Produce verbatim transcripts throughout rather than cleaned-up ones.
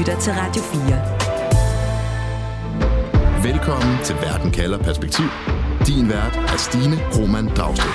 lytter til Radio fire. Velkommen til Verden kalder perspektiv. Din vært er Stine Krohmann Dragsted.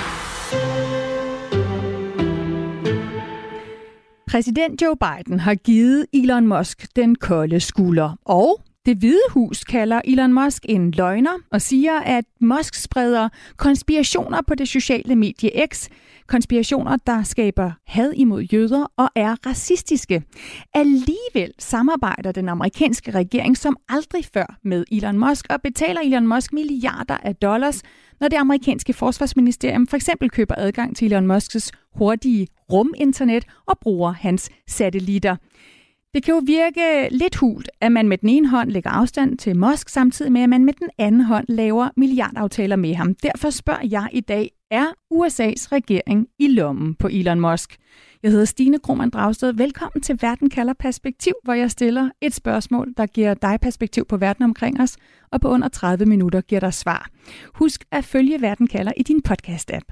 Præsident Joe Biden har givet Elon Musk den kolde skulder, og Det Hvide Hus kalder Elon Musk en løgner og siger, at Musk spreder konspirationer på det sociale medie X. Konspirationer, der skaber had imod jøder og er racistiske. Alligevel samarbejder den amerikanske regering som aldrig før med Elon Musk og betaler Elon Musk milliarder af dollars, når det amerikanske forsvarsministerium for eksempel køber adgang til Elon Musks hurtige ruminternet og bruger hans satellitter. Det kan jo virke lidt hult, at man med den ene hånd lægger afstand til Musk, samtidig med, at man med den anden hånd laver milliardaftaler med ham. Derfor spørger jeg i dag, er U S A's regering i lommen på Elon Musk? Jeg hedder Stine Krohmann Dragsted. Velkommen til Verden kalder perspektiv, hvor jeg stiller et spørgsmål, der giver dig perspektiv på verden omkring os, og på under tredive minutter giver dig svar. Husk at følge Verden kalder i din podcast-app.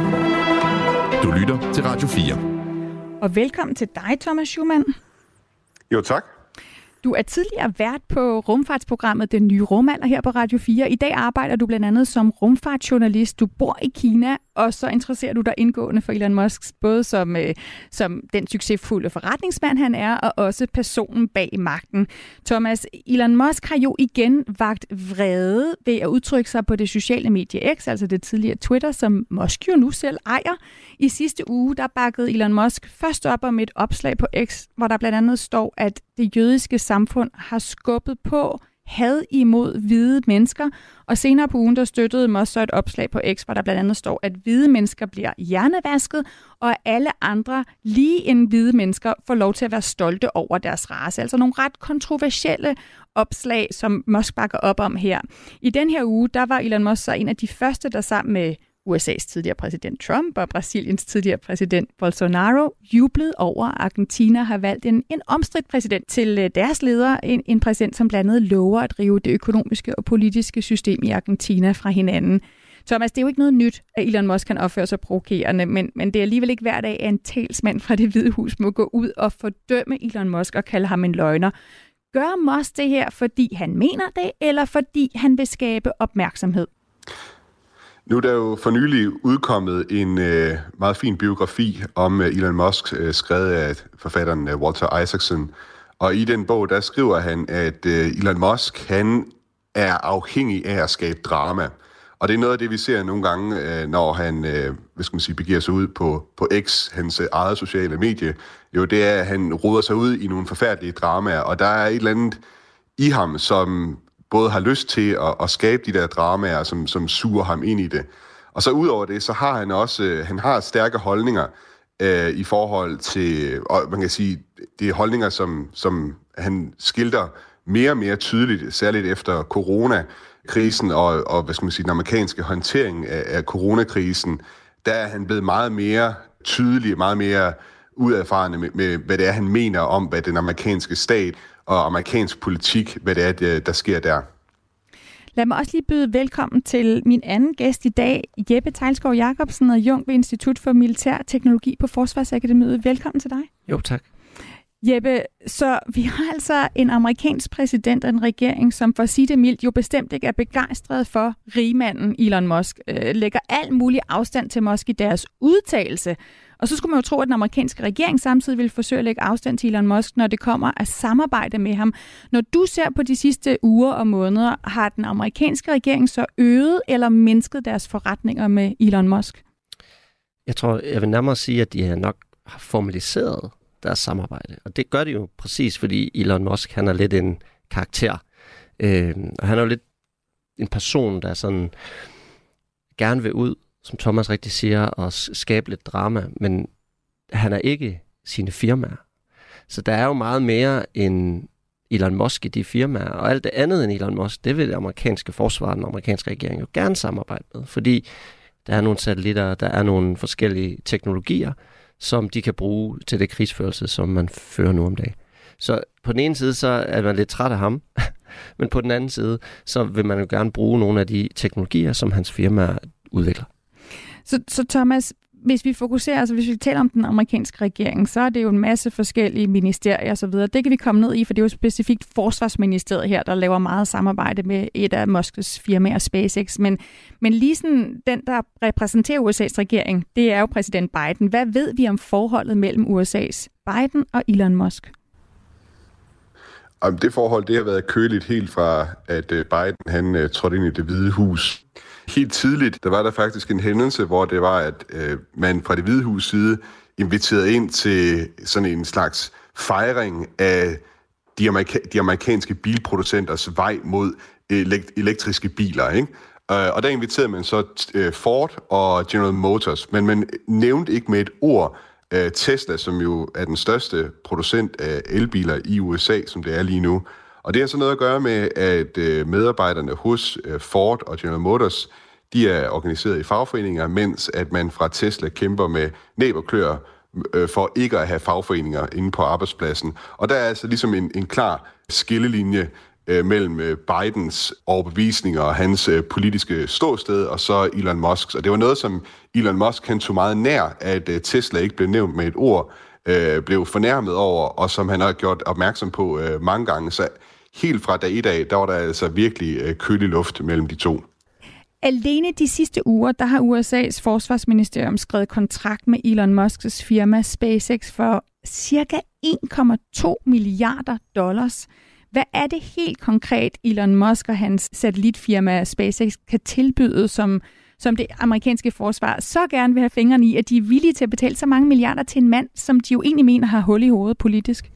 Du lytter til Radio fire. Og velkommen til dig, Thomas Schumann. Jo, tak. Du er tidligere vært på rumfartsprogrammet Den Nye Rumalder her på Radio fire. I dag arbejder du blandt andet som rumfartsjournalist. Du bor i Kina, og så interesserer du dig indgående for Elon Musk, både som, øh, som den succesfulde forretningsmand han er, og også personen bag magten. Thomas, Elon Musk har jo igen vakt vrede ved at udtrykke sig på det sociale medie X, altså det tidligere Twitter, som Musk jo nu selv ejer. I sidste uge, der bakkede Elon Musk først op om et opslag på X, hvor der blandt andet står, at det jødiske samfund har skubbet på had imod hvide mennesker, og senere på ugen, der støttede Musk så et opslag på X, hvor der blandt andet står, at hvide mennesker bliver hjernevasket, og at alle andre, lige end hvide mennesker, får lov til at være stolte over deres race. Altså nogle ret kontroversielle opslag, som Musk bakker op om her. I den her uge, der var Elon Musk så en af de første, der sammen med U S A's tidligere præsident Trump og Brasiliens tidligere præsident Bolsonaro jublede over, at Argentina har valgt en, en omstridt præsident til deres leder. En, en præsident, som blandt andet lover at rive det økonomiske og politiske system i Argentina fra hinanden. Thomas, det er jo ikke noget nyt, at Elon Musk kan opføre sig provokerende, men, men det er alligevel ikke hver dag, at en talsmand fra Det Hvide Hus må gå ud og fordømme Elon Musk og kalde ham en løgner. Gør Musk det her, fordi han mener det, eller fordi han vil skabe opmærksomhed? Nu er der jo for nylig udkommet en øh, meget fin biografi om øh, Elon Musk, øh, skrevet af forfatteren øh, Walter Isaacson. Og i den bog, der skriver han, at øh, Elon Musk, han er afhængig af at skabe drama. Og det er noget af det, vi ser nogle gange, øh, når han øh, hvad skal man sige, begiver sig ud på, på X, hans øh, eget sociale medie. Jo, det er, at han roder sig ud i nogle forfærdelige dramaer, og der er et eller andet i ham, som både har lyst til at, at skabe de der dramaer, som, som suger ham ind i det. Og så ud over det, så har han også øh, han har stærke holdninger øh, i forhold til, og man kan sige, det er holdninger, som, som han skildrer mere og mere tydeligt, særligt efter coronakrisen og, og hvad skal man sige, den amerikanske håndtering af, af coronakrisen. Der er han blevet meget mere tydelig, meget mere uderfarende med, med, hvad det er, han mener om, hvad den amerikanske stat og amerikansk politik, hvad det er, der sker der. Lad mig også lige byde velkommen til min anden gæst i dag, Jeppe Teglskov Jacobsen og Jung ved Institut for Militær Teknologi på Forsvarsakademiet. Velkommen til dig. Jo, tak. Jeppe, så vi har altså en amerikansk præsident og en regering, som for at sige det mildt, jo bestemt ikke er begejstret for rigmanden Elon Musk, øh, lægger al mulig afstand til Musk i deres udtalelse. Og så skulle man jo tro, at den amerikanske regering samtidig vil forsøge at lægge afstand til Elon Musk, når det kommer at samarbejde med ham. Når du ser på de sidste uger og måneder, har den amerikanske regering så øget eller mindsket deres forretninger med Elon Musk? Jeg tror, jeg vil nærmere sige, at de nok har formaliseret deres samarbejde. Og det gør de jo præcis, fordi Elon Musk, han er lidt en karakter. Øh, og han er jo lidt en person, der sådan gerne vil ud, som Thomas rigtig siger, og skabe lidt drama, men han er ikke sine firmaer. Så der er jo meget mere end Elon Musk i de firmaer, og alt det andet end Elon Musk, det vil det amerikanske forsvar og den amerikanske regering jo gerne samarbejde med, fordi der er nogle satellitter, der er nogle forskellige teknologier, som de kan bruge til det krigsførelse, som man fører nu om dagen. Så på den ene side, så er man lidt træt af ham, men på den anden side, så vil man jo gerne bruge nogle af de teknologier, som hans firma udvikler. Så, så Thomas, hvis vi fokuserer, altså hvis vi taler om den amerikanske regering, så er det jo en masse forskellige ministerier og så videre. Det kan vi komme ned i, for det er jo specifikt Forsvarsministeriet her, der laver meget samarbejde med et af Musks firmaer, SpaceX. Men, men lige sådan, den, der repræsenterer U S A's regering, det er jo præsident Biden. Hvad ved vi om forholdet mellem U S A's Biden og Elon Musk? Om det forhold, det har været køligt helt fra, at Biden han uh, trådte ind i Det Hvide Hus. Helt tidligt, der var der faktisk en hændelse, hvor det var, at uh, man fra Det Hvide Hus side inviterede ind til sådan en slags fejring af de, amerika- de amerikanske bilproducenters vej mod elekt- elektriske biler, ikke? Uh, og der inviterede man så uh, Ford og General Motors, men man nævnte ikke med et ord Tesla, som jo er den største producent af elbiler i U S A, som det er lige nu. Og det har så noget at gøre med, at medarbejderne hos Ford og General Motors, de er organiseret i fagforeninger, mens at man fra Tesla kæmper med næb og klør for ikke at have fagforeninger inde på arbejdspladsen. Og der er altså ligesom en, en klar skillelinje mellem Bidens overbevisninger og hans politiske ståsted, og så Elon Musks. Og det var noget, som Elon Musk kan tog meget nær, at Tesla ikke blev nævnt med et ord, blev fornærmet over, og som han har gjort opmærksom på mange gange. Så helt fra dag et af, der var der altså virkelig kølig luft mellem de to. Alene de sidste uger, der har U S A's forsvarsministerium skrevet kontrakt med Elon Musks firma SpaceX for cirka en komma to milliarder dollars. Hvad er det helt konkret, Elon Musk og hans satellitfirma SpaceX kan tilbyde, som, som det amerikanske forsvar så gerne vil have fingrene i, at de er villige til at betale så mange milliarder til en mand, som de jo egentlig mener har hul i hovedet politisk?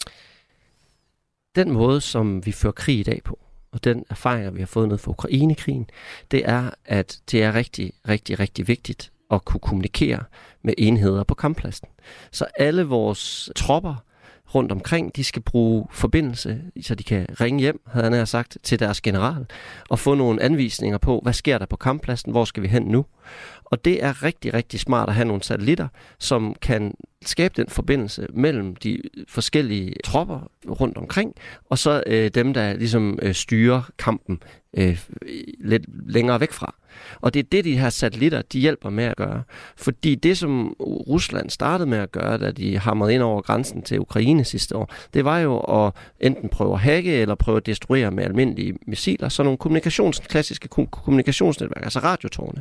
Den måde, som vi fører krig i dag på, og den erfaringer, vi har fået ned fra Ukraine-krigen, det er, at det er rigtig, rigtig, rigtig vigtigt at kunne kommunikere med enheder på kamppladsen. Så alle vores tropper rundt omkring, de skal bruge forbindelse, så de kan ringe hjem, havde han sagt, til deres general, og få nogle anvisninger på, hvad sker der på kamppladsen, hvor skal vi hen nu? Og det er rigtig, rigtig smart at have nogle satellitter, som kan skabe den forbindelse mellem de forskellige tropper rundt omkring, og så øh, dem, der ligesom øh, styrer kampen øh, lidt længere væk fra. Og det er det, de her satellitter, de hjælper med at gøre. Fordi det, som Rusland startede med at gøre, da de hamrede ind over grænsen til Ukraine sidste år, det var jo at enten prøve at hacke eller prøve at destruere med almindelige missiler, så nogle kommunikations, klassiske kommunikationsnetværk, altså radiotårne.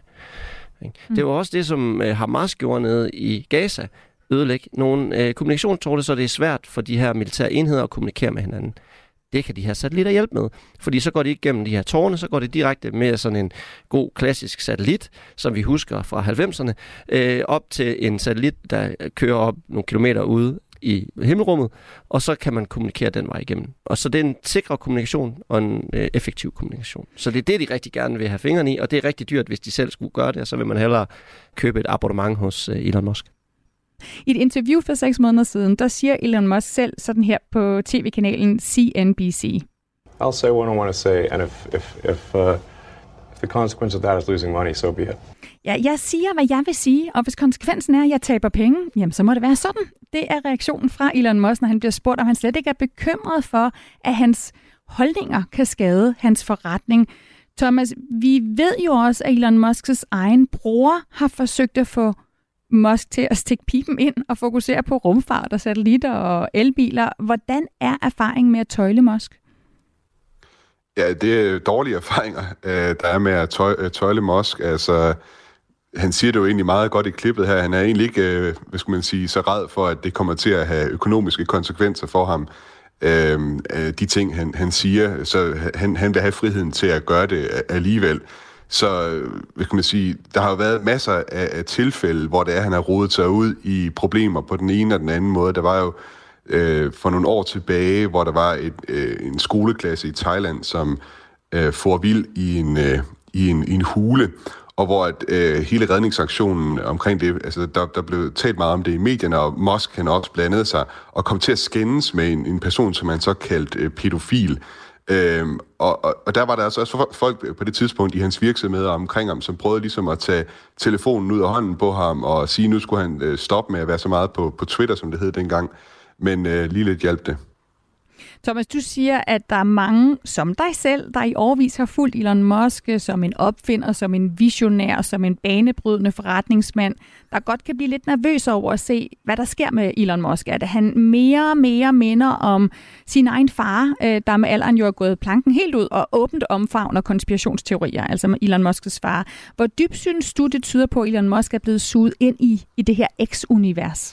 Mm. Det var også det, som øh, Hamas gjorde nede i Gaza, ødelægge nogle øh, kommunikationstårne, så det er svært for de her militære enheder at kommunikere med hinanden. Det kan de her satellitter hjælpe med, fordi så går de ikke gennem de her tårne, så går det direkte med sådan en god klassisk satellit, som vi husker fra halvfemserne, øh, op til en satellit, der kører op nogle kilometer ude i himmelrummet, og så kan man kommunikere den vej igennem. Og så det er en sikker kommunikation og en øh, effektiv kommunikation. Så det er det, de rigtig gerne vil have fingrene i, og det er rigtig dyrt, hvis de selv skulle gøre det, og så vil man hellere købe et abonnement hos øh, Elon Musk. I et interview for seks måneder siden, der siger Elon Musk selv sådan her på tv-kanalen C N B C. I'll say what I want to say, and if, if, if, uh, if the consequence of that is losing money, so be it. Ja, jeg siger, hvad jeg vil sige, og hvis konsekvensen er, at jeg taber penge, jamen så må det være sådan. Det er reaktionen fra Elon Musk, når han bliver spurgt, om han slet ikke er bekymret for, at hans holdninger kan skade hans forretning. Thomas, vi ved jo også, at Elon Musks egen bror har forsøgt at få Musk til at stikke pipen ind og fokusere på rumfart og satellitter og elbiler. Hvordan er erfaringen med at tøjle Musk? Ja, det er dårlige erfaringer, der er med at tøjle Musk. Altså, han siger det jo egentlig meget godt i klippet her. Han er egentlig ikke, hvad skal man sige, så ræd for, at det kommer til at have økonomiske konsekvenser for ham. De ting, han, han siger, så han, han vil have friheden til at gøre det alligevel. Så, hvad kan man sige, der har jo været masser af, af tilfælde, hvor det er, han har rodet sig ud i problemer på den ene og den anden måde. Der var jo øh, for nogle år tilbage, hvor der var et, øh, en skoleklasse i Thailand, som øh, får vild i en, øh, i, en, i en hule, og hvor at, øh, hele redningsaktionen omkring det, altså der, der blev talt meget om det i medierne, og Musk han også blandede sig og kom til at skændes med en, en person, som han så kaldte øh, pædofil. Øhm, og, og, og der var der altså også folk på det tidspunkt i hans virksomheder omkring ham, som prøvede ligesom at tage telefonen ud af hånden på ham og sige, nu skulle han øh, stoppe med at være så meget på, på Twitter, som det hed dengang. Men øh, lige lidt hjalp det. Thomas, du siger, at der er mange som dig selv, der i årevis har fulgt Elon Musk som en opfinder, som en visionær, som en banebrydende forretningsmand, der godt kan blive lidt nervøs over at se, hvad der sker med Elon Musk. At han mere og mere minder om sin egen far, der med alderen jo er gået planken helt ud og åbent omfavner konspirationsteorier, altså med Elon Musks far. Hvor dybt synes du, det tyder på, at Elon Musk er blevet suget ind i, i det her X-univers?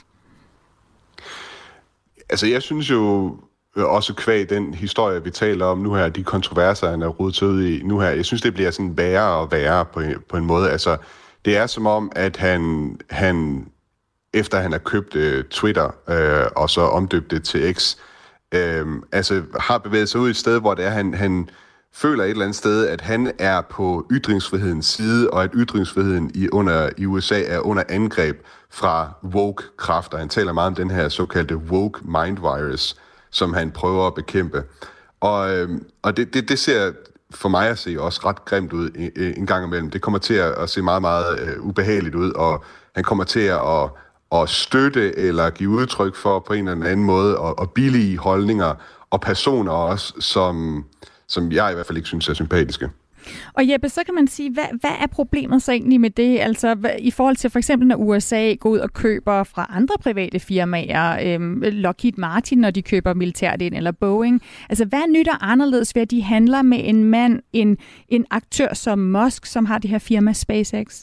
Altså, jeg synes jo også kvæg den historie, vi taler om nu her, de kontroverser, han er rodet ud i nu her, jeg synes, det bliver sådan værre og værre på, på en måde. Altså, det er som om, at han, han efter han har købt uh, Twitter øh, og så omdøbt det til X, øh, altså har bevæget sig ud et sted, hvor det er, han, han føler et eller andet sted, at han er på ytringsfrihedens side, og at ytringsfriheden i, under, i U S A er under angreb fra woke-kræfter. Han taler meget om den her såkaldte woke mind virus, som han prøver at bekæmpe. Og, øh, og det, det, det ser for mig at se også ret grimt ud en, en gang imellem. Det kommer til at, at se meget, meget uh, ubehageligt ud, og han kommer til at, at, at støtte eller give udtryk for på en eller anden måde, og, og billige holdninger og personer også, som, som jeg i hvert fald ikke synes er sympatiske. Og Jeppe, så kan man sige, hvad, hvad er problemet så egentlig med det? Altså hvad, i forhold til for eksempel, når U S A går ud og køber fra andre private firmaer, øhm, Lockheed Martin, når de køber militært ind, eller Boeing. Altså hvad nytter anderledes ved, at de handler med en mand, en, en aktør som Musk, som har det her firma SpaceX?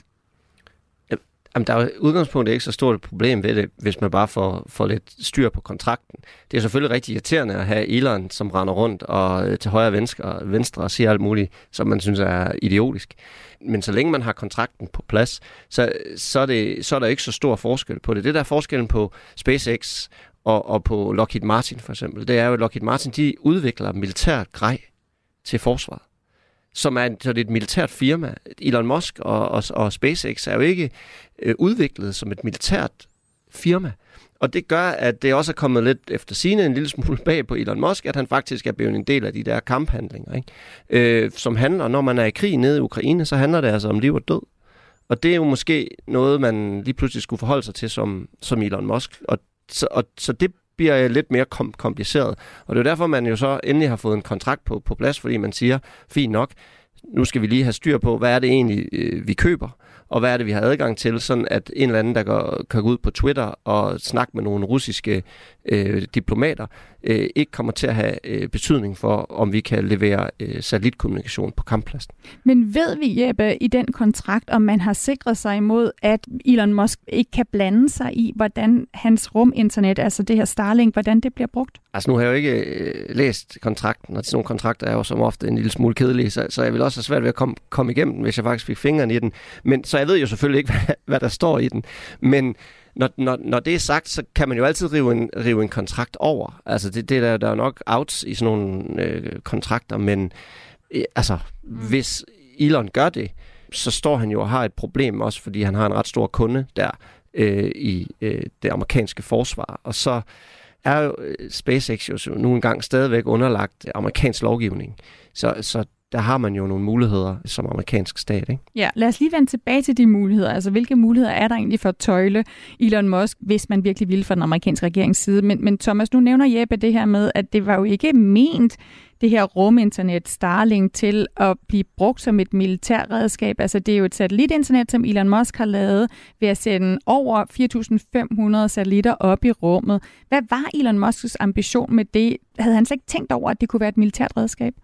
Jamen, der er jo udgangspunktet ikke så stort et problem ved det, hvis man bare får, får lidt styr på kontrakten. Det er selvfølgelig rigtig irriterende at have Elon, som render rundt og til højre og venstre, venstre og siger alt muligt, som man synes er idiotisk. Men så længe man har kontrakten på plads, så, så, er, det, så er der ikke så stor forskel på det. Det der er forskellen på SpaceX og, og på Lockheed Martin for eksempel, det er jo, at Lockheed Martin de udvikler militært grej til forsvaret, som er, så det er et militært firma. Elon Musk og, og, og SpaceX er jo ikke øh, udviklet som et militært firma. Og det gør, at det også er kommet lidt efter sigende en lille smule bag på Elon Musk, at han faktisk er blevet en del af de der kamphandlinger, ikke? Øh, som handler, når man er i krig nede i Ukraine, så handler det altså om liv og død. Og det er jo måske noget, man lige pludselig skulle forholde sig til som, som Elon Musk. Og så, og, så det bliver lidt mere kom- kompliceret. Og det er derfor, man jo så endelig har fået en kontrakt på, på plads, fordi man siger, fint nok, nu skal vi lige have styr på, hvad er det egentlig, øh, vi køber, og hvad er det, vi har adgang til, sådan at en eller anden, der går, kan gå ud på Twitter og snakke med nogle russiske øh, diplomater, øh, ikke kommer til at have øh, betydning for, om vi kan levere øh, satellitkommunikation på kamppladsen. Men ved vi, Jeppe, i den kontrakt, om man har sikret sig imod, at Elon Musk ikke kan blande sig i, hvordan hans ruminternet, altså det her Starlink, hvordan det bliver brugt? Altså nu har jeg jo ikke øh, læst kontrakten, og sådan nogle kontrakter er jo som ofte en lille smule kedelige, så, så jeg vil også have svært ved at komme, komme igennem den, hvis jeg faktisk fik fingrene i den. Men så jeg ved jo selvfølgelig ikke, hvad, hvad der står i den. Men når, når, når det er sagt, så kan man jo altid rive en, rive en kontrakt over. Altså det, det der, der er nok outs i sådan nogle øh, kontrakter, men øh, altså mm. hvis Elon gør det, så står han jo og har et problem også, fordi han har en ret stor kunde der øh, i øh, det amerikanske forsvar. Og så er jo øh, SpaceX jo nu engang stadigvæk underlagt amerikansk lovgivning. Så, så der har man jo nogle muligheder som amerikansk stat, ikke? Ja, lad os lige vende tilbage til de muligheder. Altså, hvilke muligheder er der egentlig for at tøjle Elon Musk, hvis man virkelig ville fra den amerikanske regerings side? Men, men Thomas, nu nævner Jeppe det her med, at det var jo ikke ment, det her ruminternet Starlink, til at blive brugt som et militært redskab. Altså, det er jo et satellitinternet, som Elon Musk har lavet ved at sende over fire tusind fem hundrede satellitter op i rummet. Hvad var Elon Musks ambition med det? Havde han slet ikke tænkt over, at det kunne være et militært redskab?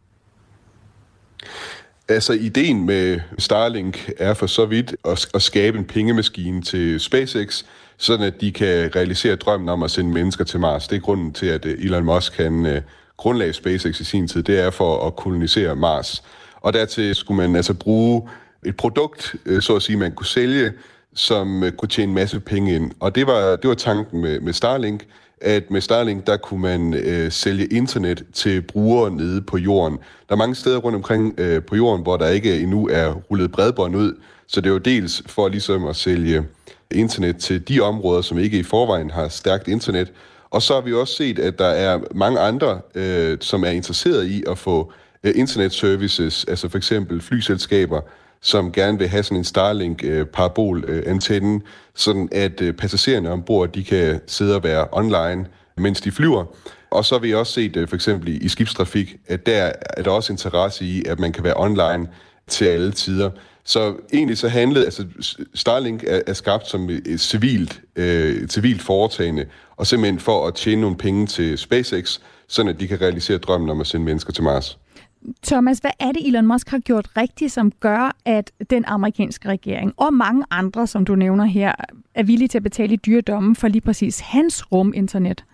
Altså, ideen med Starlink er for så vidt at, at skabe en pengemaskine til SpaceX, sådan at de kan realisere drømmen om at sende mennesker til Mars. Det er grunden til, at Elon Musk kan uh, grundlagde SpaceX i sin tid. Det er for at kolonisere Mars. Og dertil skulle man altså bruge et produkt, uh, så at sige, man kunne sælge, som uh, kunne tjene en masse penge ind. Og det var, det var tanken med, med Starlink, at med Starlink, der kunne man øh, sælge internet til brugere nede på jorden. Der er mange steder rundt omkring øh, på jorden, hvor der ikke endnu er rullet bredbånd ud, så det er jo dels for ligesom at sælge internet til de områder, som ikke i forvejen har stærkt internet. Og så har vi også set, at der er mange andre, øh, som er interesseret i at få øh, internetservices, altså for eksempel flyselskaber, som gerne vil have sådan en Starlink-parabol-antenne, sådan at passagererne ombord, de kan sidde og være online, mens de flyver. Og så har vi også set, for eksempel i skibstrafik, at der er der også interesse i, at man kan være online til alle tider. Så egentlig så handlede, altså Starlink er, er skabt som et civilt, øh, civilt foretagende, og simpelthen for at tjene nogle penge til SpaceX, sådan at de kan realisere drømmen om at sende mennesker til Mars. Thomas, hvad er det, Elon Musk har gjort rigtigt, som gør, at den amerikanske regering og mange andre, som du nævner her, er villige til at betale i dyre domme for lige præcis hans ruminternet?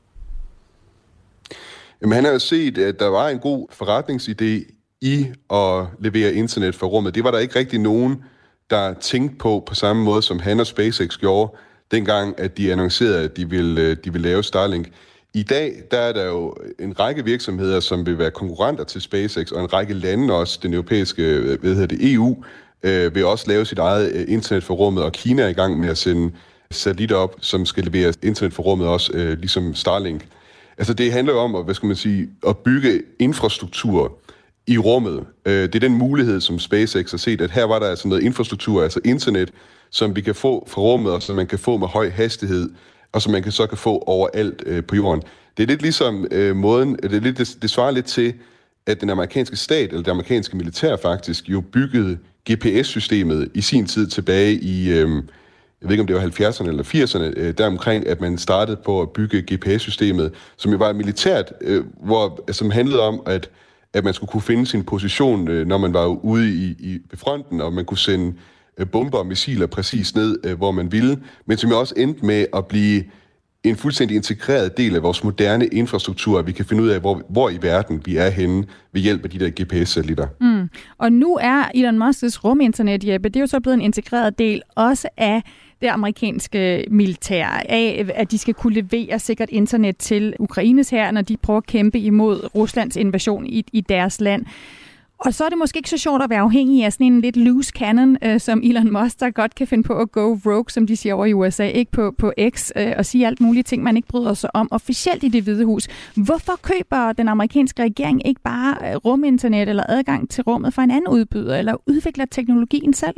Jamen, han har jo set, at der var en god forretningsidé i at levere internet for rummet. Det var der ikke rigtig nogen, der tænkte på på samme måde, som han og SpaceX gjorde, dengang, at de annoncerede, at de ville, de ville lave Starlink. I dag, der er der jo en række virksomheder, som vil være konkurrenter til SpaceX, og en række lande også, den europæiske, hvad hedder det, E U, øh, vil også lave sit eget internet for rummet, og Kina er i gang med at sende satellitter op, som skal levere internet for rummet også, øh, ligesom Starlink. Altså det handler jo om at, hvad skal man sige, at bygge infrastruktur i rummet. Det er den mulighed, som SpaceX har set, at her var der altså noget infrastruktur, altså internet, som vi kan få fra rummet, og som man kan få med høj hastighed, og som man kan, så kan få overalt øh, på jorden. Det er lidt ligesom øh, måden, det, er lidt, det, det svarer lidt til, at den amerikanske stat, eller det amerikanske militær faktisk, jo byggede G P S-systemet i sin tid tilbage i, øh, jeg ved ikke om det var halvfjerdserne eller firserne, øh, deromkring, at man startede på at bygge G P S-systemet, som jo var militært, øh, hvor, som handlede om, at at man skulle kunne finde sin position, øh, når man var ude i, i ved fronten, og man kunne sende øh, bomber og missiler præcis ned, øh, hvor man ville, men som jo også endte med at blive en fuldstændig integreret del af vores moderne infrastruktur, at vi kan finde ud af, hvor, hvor i verden vi er henne ved hjælp af de der G P S-satellitter. Mm. Og nu er Elon Musks ruminternet, Jeppe, det er jo så blevet en integreret del også af det amerikanske militær, af at de skal kunne levere sikkert internet til Ukraines hær, når de prøver at kæmpe imod Ruslands invasion i, i deres land. Og så er det måske ikke så sjovt at være afhængig af sådan en lidt loose cannon, øh, som Elon Musk, der godt kan finde på at go rogue, som de siger over i U S A, ikke på, på X, øh, og sige alt mulige ting, man ikke bryder sig om officielt i Det Hvide Hus. Hvorfor køber den amerikanske regering ikke bare ruminternet eller adgang til rummet fra en anden udbyder, eller udvikler teknologien selv?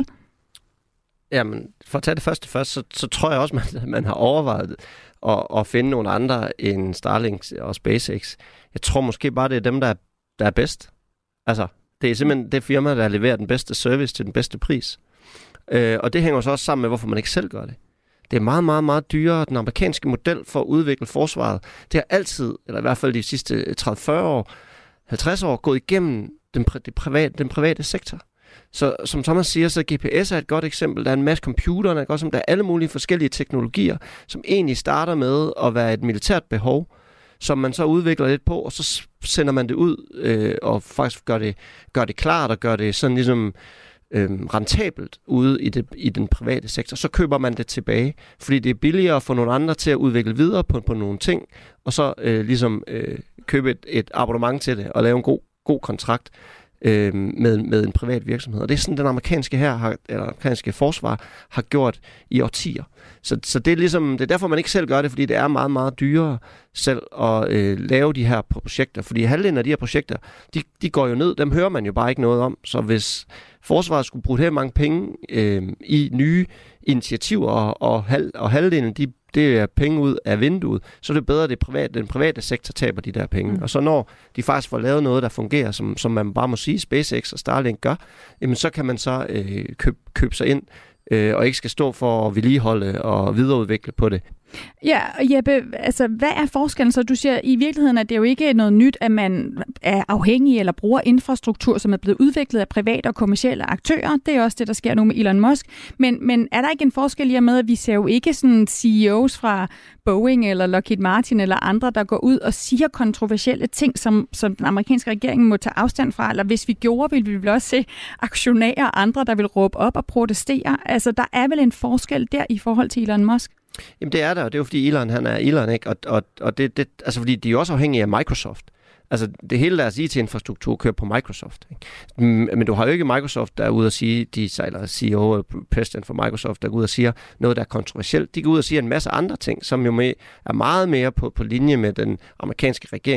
Jamen, for at tage det første først, så, så tror jeg også, man, man har overvejet at, at finde nogle andre end Starlink og SpaceX. Jeg tror måske bare, det er dem, der er, der er bedst. Altså, det er simpelthen det firma, der leverer den bedste service til den bedste pris. Øh, og det hænger så også sammen med, hvorfor man ikke selv gør det. Det er meget, meget, meget dyrere. Den amerikanske model for at udvikle forsvaret, det har altid, eller i hvert fald de sidste tredive til fyrre år, halvtreds år, gået igennem den, det private, den private sektor. Så som Thomas siger, så G P S er et godt eksempel. Der er en masse computere, der er, godt, som der er alle mulige forskellige teknologier, som egentlig starter med at være et militært behov, som man så udvikler lidt på, og så sender man det ud øh, og faktisk gør det, gør det klart og gør det sådan ligesom øh, rentabelt ude i, det, i den private sektor. Så køber man det tilbage, fordi det er billigere at få nogle andre til at udvikle videre på, på nogle ting, og så øh, ligesom øh, købe et, et abonnement til det og lave en god, god kontrakt øh, med, med en privat virksomhed. Og det er sådan, den amerikanske her har, eller amerikanske forsvar har gjort i årtier. Så, så det er ligesom, det er derfor, man ikke selv gør det, fordi det er meget, meget dyrere selv at øh, lave de her projekter. Fordi halvdelen af de her projekter, de, de går jo ned, dem hører man jo bare ikke noget om. Så hvis forsvaret skulle bruge her mange penge øh, i nye initiativer, og, og, halv, og halvdelen, de, det er penge ud af vinduet, så er det bedre, at det private, den private sektor taber de der penge. Mm. Og så når de faktisk får lavet noget, der fungerer, som, som man bare må sige, SpaceX og Starlink gør, jamen så kan man så øh, købe, købe sig ind, øh, og ikke skal stå for at vedligeholde og videreudvikle på det. Ja, Jeppe, altså hvad er forskellen? Så du siger, i virkeligheden, at det jo ikke er noget nyt, at man er afhængig eller bruger infrastruktur, som er blevet udviklet af private og kommercielle aktører. Det er også det, der sker nu med Elon Musk. Men, men er der ikke en forskel i med, at vi ser jo ikke sådan C E O's fra Boeing eller Lockheed Martin eller andre, der går ud og siger kontroversielle ting, som, som den amerikanske regering må tage afstand fra? Eller hvis vi gjorde, ville vi vel også se aktionærer og andre, der vil råbe op og protestere. Altså, der er vel en forskel der i forhold til Elon Musk? Jamen det er der, og det er jo fordi Elon, han er Elon, ikke? Og, og, og det, det, altså fordi de er også afhængige af Microsoft. Altså det hele deres I T-infrastruktur kører på Microsoft, ikke? Men du har jo ikke Microsoft, der er ude og sige, de, eller C E O og præsident for Microsoft, der går ud og siger noget, der er kontroversielt. De går ud og siger en masse andre ting, som jo med, er meget mere på, på linje med den amerikanske regerings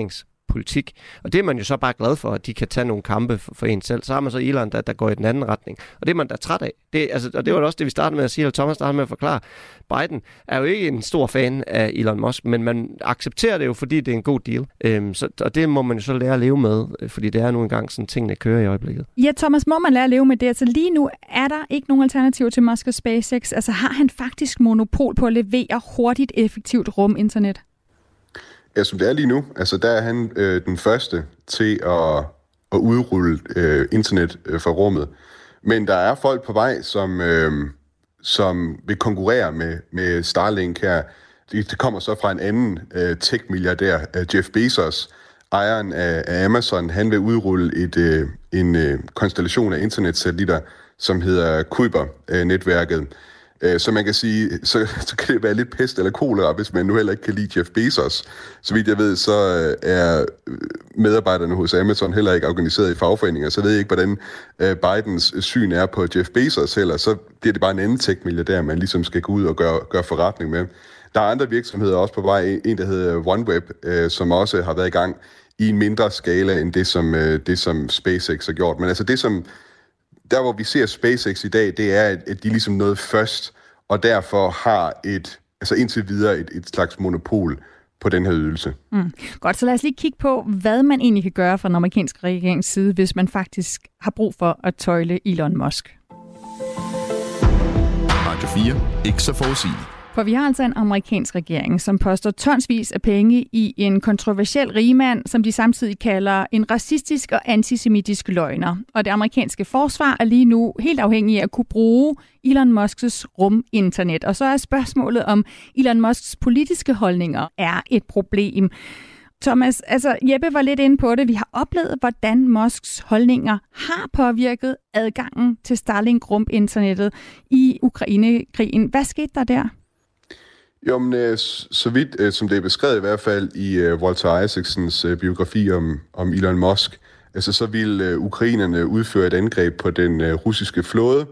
politik. Og det er man jo så bare glad for, at de kan tage nogle kampe for, for en selv. Så har man så Elon, der, der går i den anden retning. Og det er man da træt af. Det, altså, og det var også det, vi startede med at sige, eller Thomas startede med at forklare. Biden er jo ikke en stor fan af Elon Musk, men man accepterer det jo, fordi det er en god deal. Øhm, så, og det må man jo så lære at leve med, fordi det er nu engang sådan, tingene kører i øjeblikket. Ja, Thomas, må man lære at leve med det? Altså lige nu er der ikke nogen alternativer til Musk og SpaceX. Altså har han faktisk monopol på at levere hurtigt, effektivt ruminternet? Ja, som det er lige nu, altså der er han øh, den første til at, at udrulle øh, internet øh, fra rummet. Men der er folk på vej, som, øh, som vil konkurrere med, med Starlink her. Det, det kommer så fra en anden øh, tech-milliardær, øh, Jeff Bezos, ejeren af, af Amazon. Han vil udrulle et, øh, en øh, konstellation af internetsatellitter, som hedder Kuiper-netværket. Så man kan sige, så, så kan det være lidt pest eller kolera, hvis man nu heller ikke kan lide Jeff Bezos. Så vidt jeg ved, så er medarbejderne hos Amazon heller ikke organiseret i fagforeninger, så ved jeg ikke, hvordan Bidens syn er på Jeff Bezos heller. Så bliver det bare en anden tech-milliardær, man ligesom skal gå ud og gøre, gøre forretning med. Der er andre virksomheder også på vej, en der hedder OneWeb, som også har været i gang i en mindre skala end det, som, det, som SpaceX har gjort. Men altså det, som der hvor vi ser SpaceX i dag, det er, at de ligesom nåede først, og derfor har et, altså indtil videre et, et slags monopol på den her ydelse. Mm. Godt, så lad os lige kigge på, hvad man egentlig kan gøre fra den amerikanske regerings side, hvis man faktisk har brug for at tøjle Elon Musk. Radio fire. Ikke så forudsigeligt. For vi har altså en amerikansk regering, som poster tonsvis af penge i en kontroversiel rigmand, som de samtidig kalder en racistisk og antisemitisk løgner. Og det amerikanske forsvar er lige nu helt afhængig af at kunne bruge Elon Musks ruminternet. Og så er spørgsmålet, om Elon Musks politiske holdninger er et problem. Thomas, altså Jeppe var lidt inde på det. Vi har oplevet, hvordan Musks holdninger har påvirket adgangen til Starlink-ruminternettet i Ukraine-krigen. Hvad skete der der? Jo, men så vidt, som det er beskrevet i hvert fald i Walter Isaacsons biografi om, om Elon Musk, altså så ville ukrainerne udføre et angreb på den russiske flåde,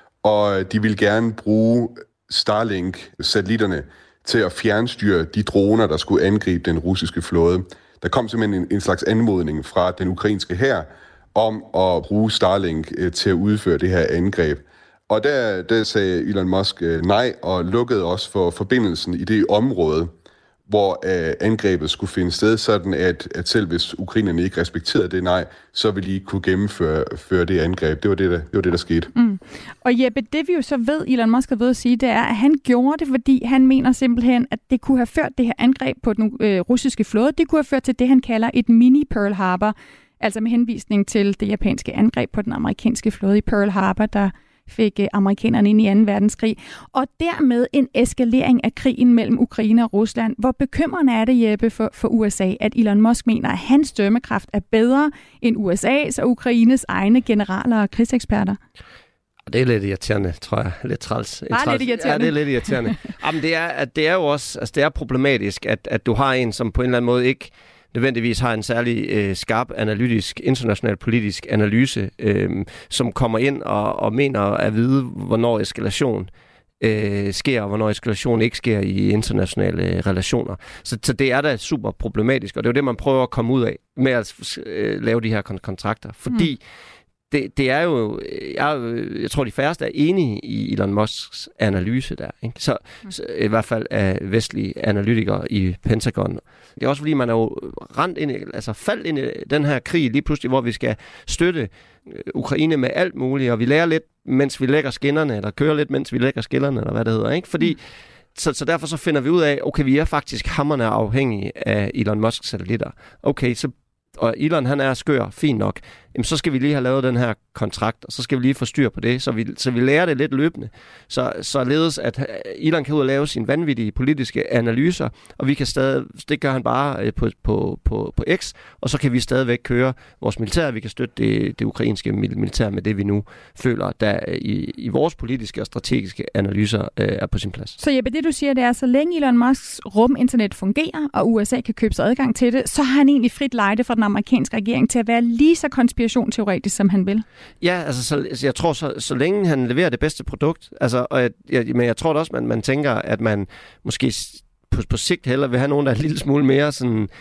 og de ville gerne bruge Starlink-satellitterne til at fjernstyre de droner, der skulle angribe den russiske flåde. Der kom simpelthen en, en slags anmodning fra den ukrainske hær om at bruge Starlink til at udføre det her angreb. Og der, der sagde Elon Musk nej, og lukkede også for forbindelsen i det område, hvor øh, angrebet skulle finde sted, sådan at, at selv hvis ukrainerne ikke respekterede det nej, så ville de kunne gennemføre føre det angreb. Det var det, der, det var det, der skete. Mm. Og Jeppe, det vi jo så ved, Elon Musk har ved at sige, det er, at han gjorde det, fordi han mener simpelthen, at det kunne have ført det her angreb på den øh, russiske flåde. Det kunne have ført til det, han kalder et mini-Pearl Harbor, altså med henvisning til det japanske angreb på den amerikanske flåde i Pearl Harbor, der fik amerikanerne ind i anden verdenskrig, og dermed en eskalering af krigen mellem Ukraine og Rusland. Hvor bekymrende er det, Jeppe, for, for U S A, at Elon Musk mener, at hans dømmekraft er bedre end U S A's og Ukraines egne generaler og krigseksperter? Det er lidt irriterende, tror jeg. Lidt træls. Bare træls. lidt irriterende. Ja, det er lidt irriterende. Jamen, det er, at det er jo også altså, det er problematisk, at, at du har en, som på en eller anden måde ikke nødvendigvis har en særlig øh, skarp analytisk, international politisk analyse, øh, som kommer ind og, og mener at vide, hvornår eskalation øh, sker, og hvornår eskalation ikke sker i internationale relationer. Så, så det er da super problematisk, og det er jo det, man prøver at komme ud af med at øh, lave de her kontrakter. Fordi mm. Det, det er jo, jeg, jeg tror, de færreste er enige i Elon Musks analyse der. Ikke? Så, mm. så i hvert fald af vestlige analytikere i Pentagon. Det er også fordi, man er jo rent ind, altså faldt ind i den her krig lige pludselig, hvor vi skal støtte Ukraine med alt muligt, og vi lærer lidt, mens vi lægger skinnerne, eller kører lidt, mens vi lægger skillerne, eller hvad det hedder. Ikke? Fordi, mm. så, så derfor så finder vi ud af, okay, vi er faktisk hammerne afhængige af Elon Musks satellitter. Okay, så og Elon, han er skør, fint nok, jamen, så skal vi lige have lavet den her kontrakt, og så skal vi lige få styr på det, så vi, så vi lærer det lidt løbende. Så, således, at Elon kan ud og lave sine vanvittige politiske analyser, og vi kan stadig, det gør han bare på, på, på, på X, og så kan vi stadigvæk køre vores militær, vi kan støtte det, det ukrainske militær med det, vi nu føler, der i, i vores politiske og strategiske analyser øh, er på sin plads. Så Jeppe, det du siger, det er, så længe Elon Musks ruminternet fungerer, og U S A kan købe sig adgang til det, så har han egentlig frit lejde fra den amerikanske regering til at være lige så konspirationsteoretisk, som han vil. Ja, altså, så, jeg tror, så, så længe han leverer det bedste produkt, altså, og jeg, jeg, men jeg tror også, man, man tænker, at man måske på, på sigt hellere vil have nogen, der er en lille smule mere sådan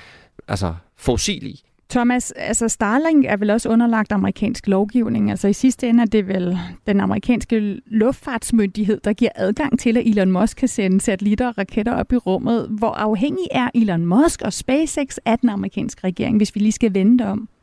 altså forudsigelige. Thomas, altså Starlink er vel også underlagt amerikansk lovgivning. Altså i sidste ende er det vel den amerikanske luftfartsmyndighed, der giver adgang til, at Elon Musk kan sende satellitter og raketter op i rummet. Hvor afhængig er Elon Musk og SpaceX af den amerikanske regering, hvis vi lige skal vende det om?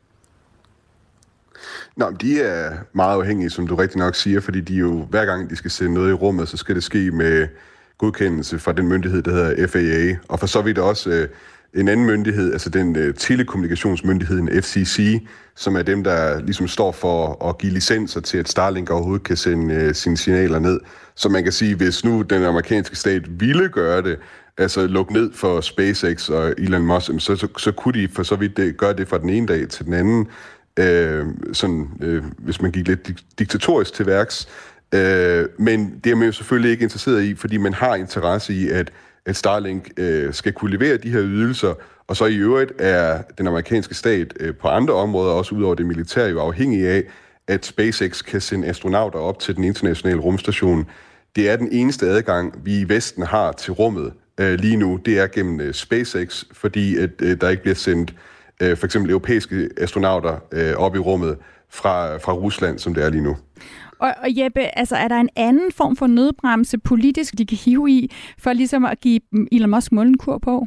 Nå, de er meget afhængige, som du rigtig nok siger, fordi de jo, hver gang de skal sende noget i rummet, så skal det ske med godkendelse fra den myndighed, der hedder F A A, og for så vidt også øh, en anden myndighed, altså den øh, telekommunikationsmyndigheden F C C, som er dem, der ligesom står for at give licenser til, at Starlink overhovedet kan sende øh, sine signaler ned. Så man kan sige, hvis nu den amerikanske stat ville gøre det, altså lukke ned for SpaceX og Elon Musk, så, så, så kunne de for så vidt det, gøre det fra den ene dag til den anden, øh, sådan, øh, hvis man gik lidt dik- diktatorisk til værks. Øh, men det er man jo selvfølgelig ikke interesseret i, fordi man har interesse i, at, at Starlink øh, skal kunne levere de her ydelser, og så i øvrigt er den amerikanske stat øh, på andre områder, også ud over det militære, jo afhængig af, at SpaceX kan sende astronauter op til den internationale rumstation. Det er den eneste adgang, vi i Vesten har til rummet øh, lige nu, det er gennem øh, SpaceX, fordi at, øh, der ikke bliver sendt øh, for eksempel europæiske astronauter øh, op i rummet fra, fra Rusland, som det er lige nu. Og, og Jeppe, altså er der en anden form for nødbremse politisk, de kan hive i, for ligesom at give Elon Musk mundkur på?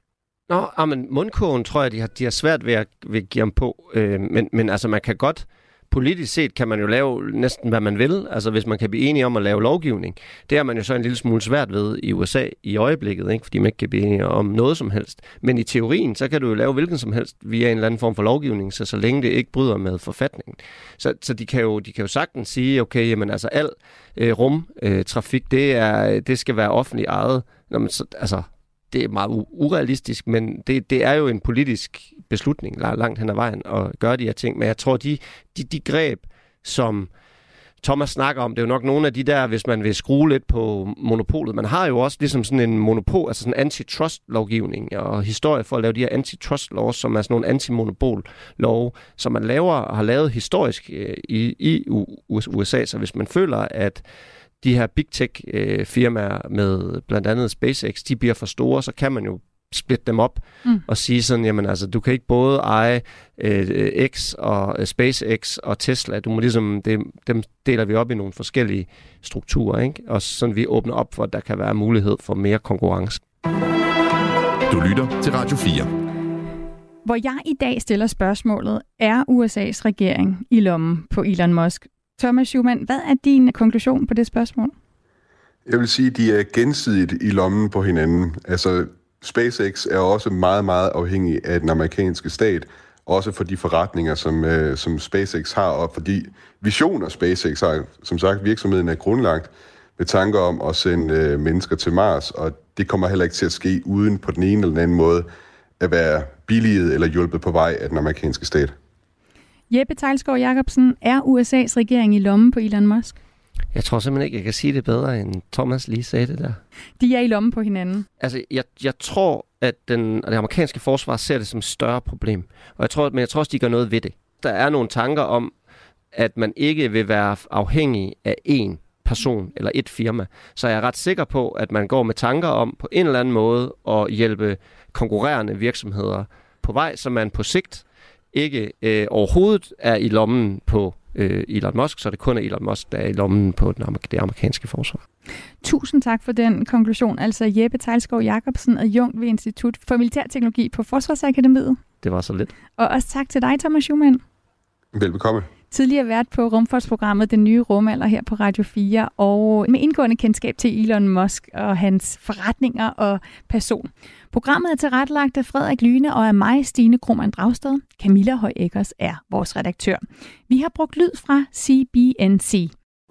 Nå, men mundkurven tror jeg, de har, de har svært ved at, ved at give ham på. Øh, men, men altså, man kan godt, politisk set kan man jo lave næsten, hvad man vil. Altså, hvis man kan blive enige om at lave lovgivning. Det er man jo så en lille smule svært ved i U S A i øjeblikket, ikke? Fordi man ikke kan blive enige om noget som helst. Men i teorien, så kan du jo lave hvilken som helst via en eller anden form for lovgivning, så så længe det ikke bryder med forfatningen. Så, så de, kan jo, de kan jo sagtens sige, okay, jamen altså al øh, rumtrafik, øh, det, er, det skal være offentligt ejet. Nå, men så, altså... Det er meget urealistisk, men det, det er jo en politisk beslutning langt hen ad vejen at gøre de her ting. Men jeg tror, de, de, de greb, som Thomas snakker om, det er jo nok nogle af de der, hvis man vil skrue lidt på monopolet. Man har jo også ligesom sådan en monopol, altså sådan en antitrust-lovgivning og historie for at lave de her antitrust-laws, som er sådan nogle antimonopol-lov, som man laver og har lavet historisk i, i U S A. Så hvis man føler, at de her big tech-firmaer med blandt andet SpaceX, de bliver for store, så kan man jo splitte dem op mm. og sige sådan, jamen altså, du kan ikke både eje øh, X og øh, SpaceX og Tesla. Du må ligesom, det, dem deler vi op i nogle forskellige strukturer, ikke? Og sådan vi åbner op for, at der kan være mulighed for mere konkurrence. Du lytter til Radio fire. Hvor jeg i dag stiller spørgsmålet, er U S A's regering i lommen på Elon Musk? Thomas Schumann, hvad er din konklusion på det spørgsmål? Jeg vil sige, at de er gensidigt i lommen på hinanden. Altså, SpaceX er også meget, meget afhængig af den amerikanske stat, også for de forretninger, som, øh, som SpaceX har, og for de visioner, SpaceX har. Som sagt, virksomheden er grundlagt med tanker om at sende øh, mennesker til Mars, og det kommer heller ikke til at ske uden på den ene eller den anden måde at være billiget eller hjulpet på vej af den amerikanske stat. Jeppe Teglsgaard Jacobsen, er U S A's regering i lommen på Elon Musk? Jeg tror simpelthen ikke, jeg kan sige det bedre, end Thomas lige sagde det der. De er i lommen på hinanden? Altså, jeg, jeg tror, at den, det amerikanske forsvar ser det som et større problem. Og jeg tror, men jeg tror også, de gør noget ved det. Der er nogle tanker om, at man ikke vil være afhængig af én person eller et firma. Så jeg er ret sikker på, at man går med tanker om på en eller anden måde at hjælpe konkurrerende virksomheder på vej, så man på sigt ikke øh, overhovedet er i lommen på øh, Elon Musk, så det kun er Elon Musk, der er i lommen på den amer- det amerikanske forsvar. Tusind tak for den konklusion. Altså Jeppe Teglsgaard Jacobsen, adjunkt ved Institut for Militærteknologi på Forsvarsakademiet. Det var så lidt. Og også tak til dig, Thomas Schumann. Velbekomme. Tidligere vært på rumfartsprogrammet Den Nye Rumalder her på Radio fire, og med indgående kendskab til Elon Musk og hans forretninger og person. Programmet er tilrettelagt af Frederik Lyne og af mig, Stine Krohmann Dragsted. Camilla Høj Eggers er vores redaktør. Vi har brugt lyd fra C B N C.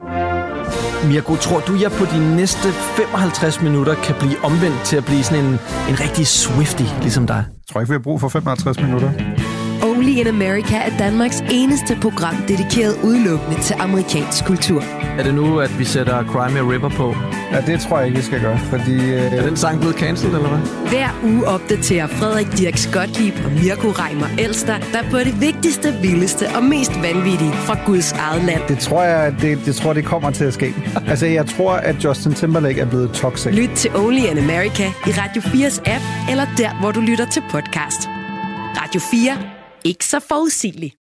Mirko, tror du, jeg på de næste femoghalvtreds minutter kan blive omvendt til at blive sådan en, en rigtig Swiftie, ligesom dig? Jeg tror ikke, vi har brug for femoghalvtreds minutter. Only in America er Danmarks eneste program dedikeret udelukkende til amerikansk kultur. Er det nu, at vi sætter Cry Me a River på? Ja, det tror jeg ikke, vi skal gøre, fordi... Øh... Er den sang blevet cancelled, eller hvad? Hver uge opdaterer Frederik Dirks Gottlieb og Mirko Reimer Elster, der på det vigtigste, vildeste og mest vanvittige fra Guds eget land. Det tror jeg, det, det, tror, det kommer til at ske. Altså, jeg tror, at Justin Timberlake er blevet toxic. Lyt til Only in America i Radio fires app, eller der, hvor du lytter til podcast. Radio fire. Ikke så forudsigeligt.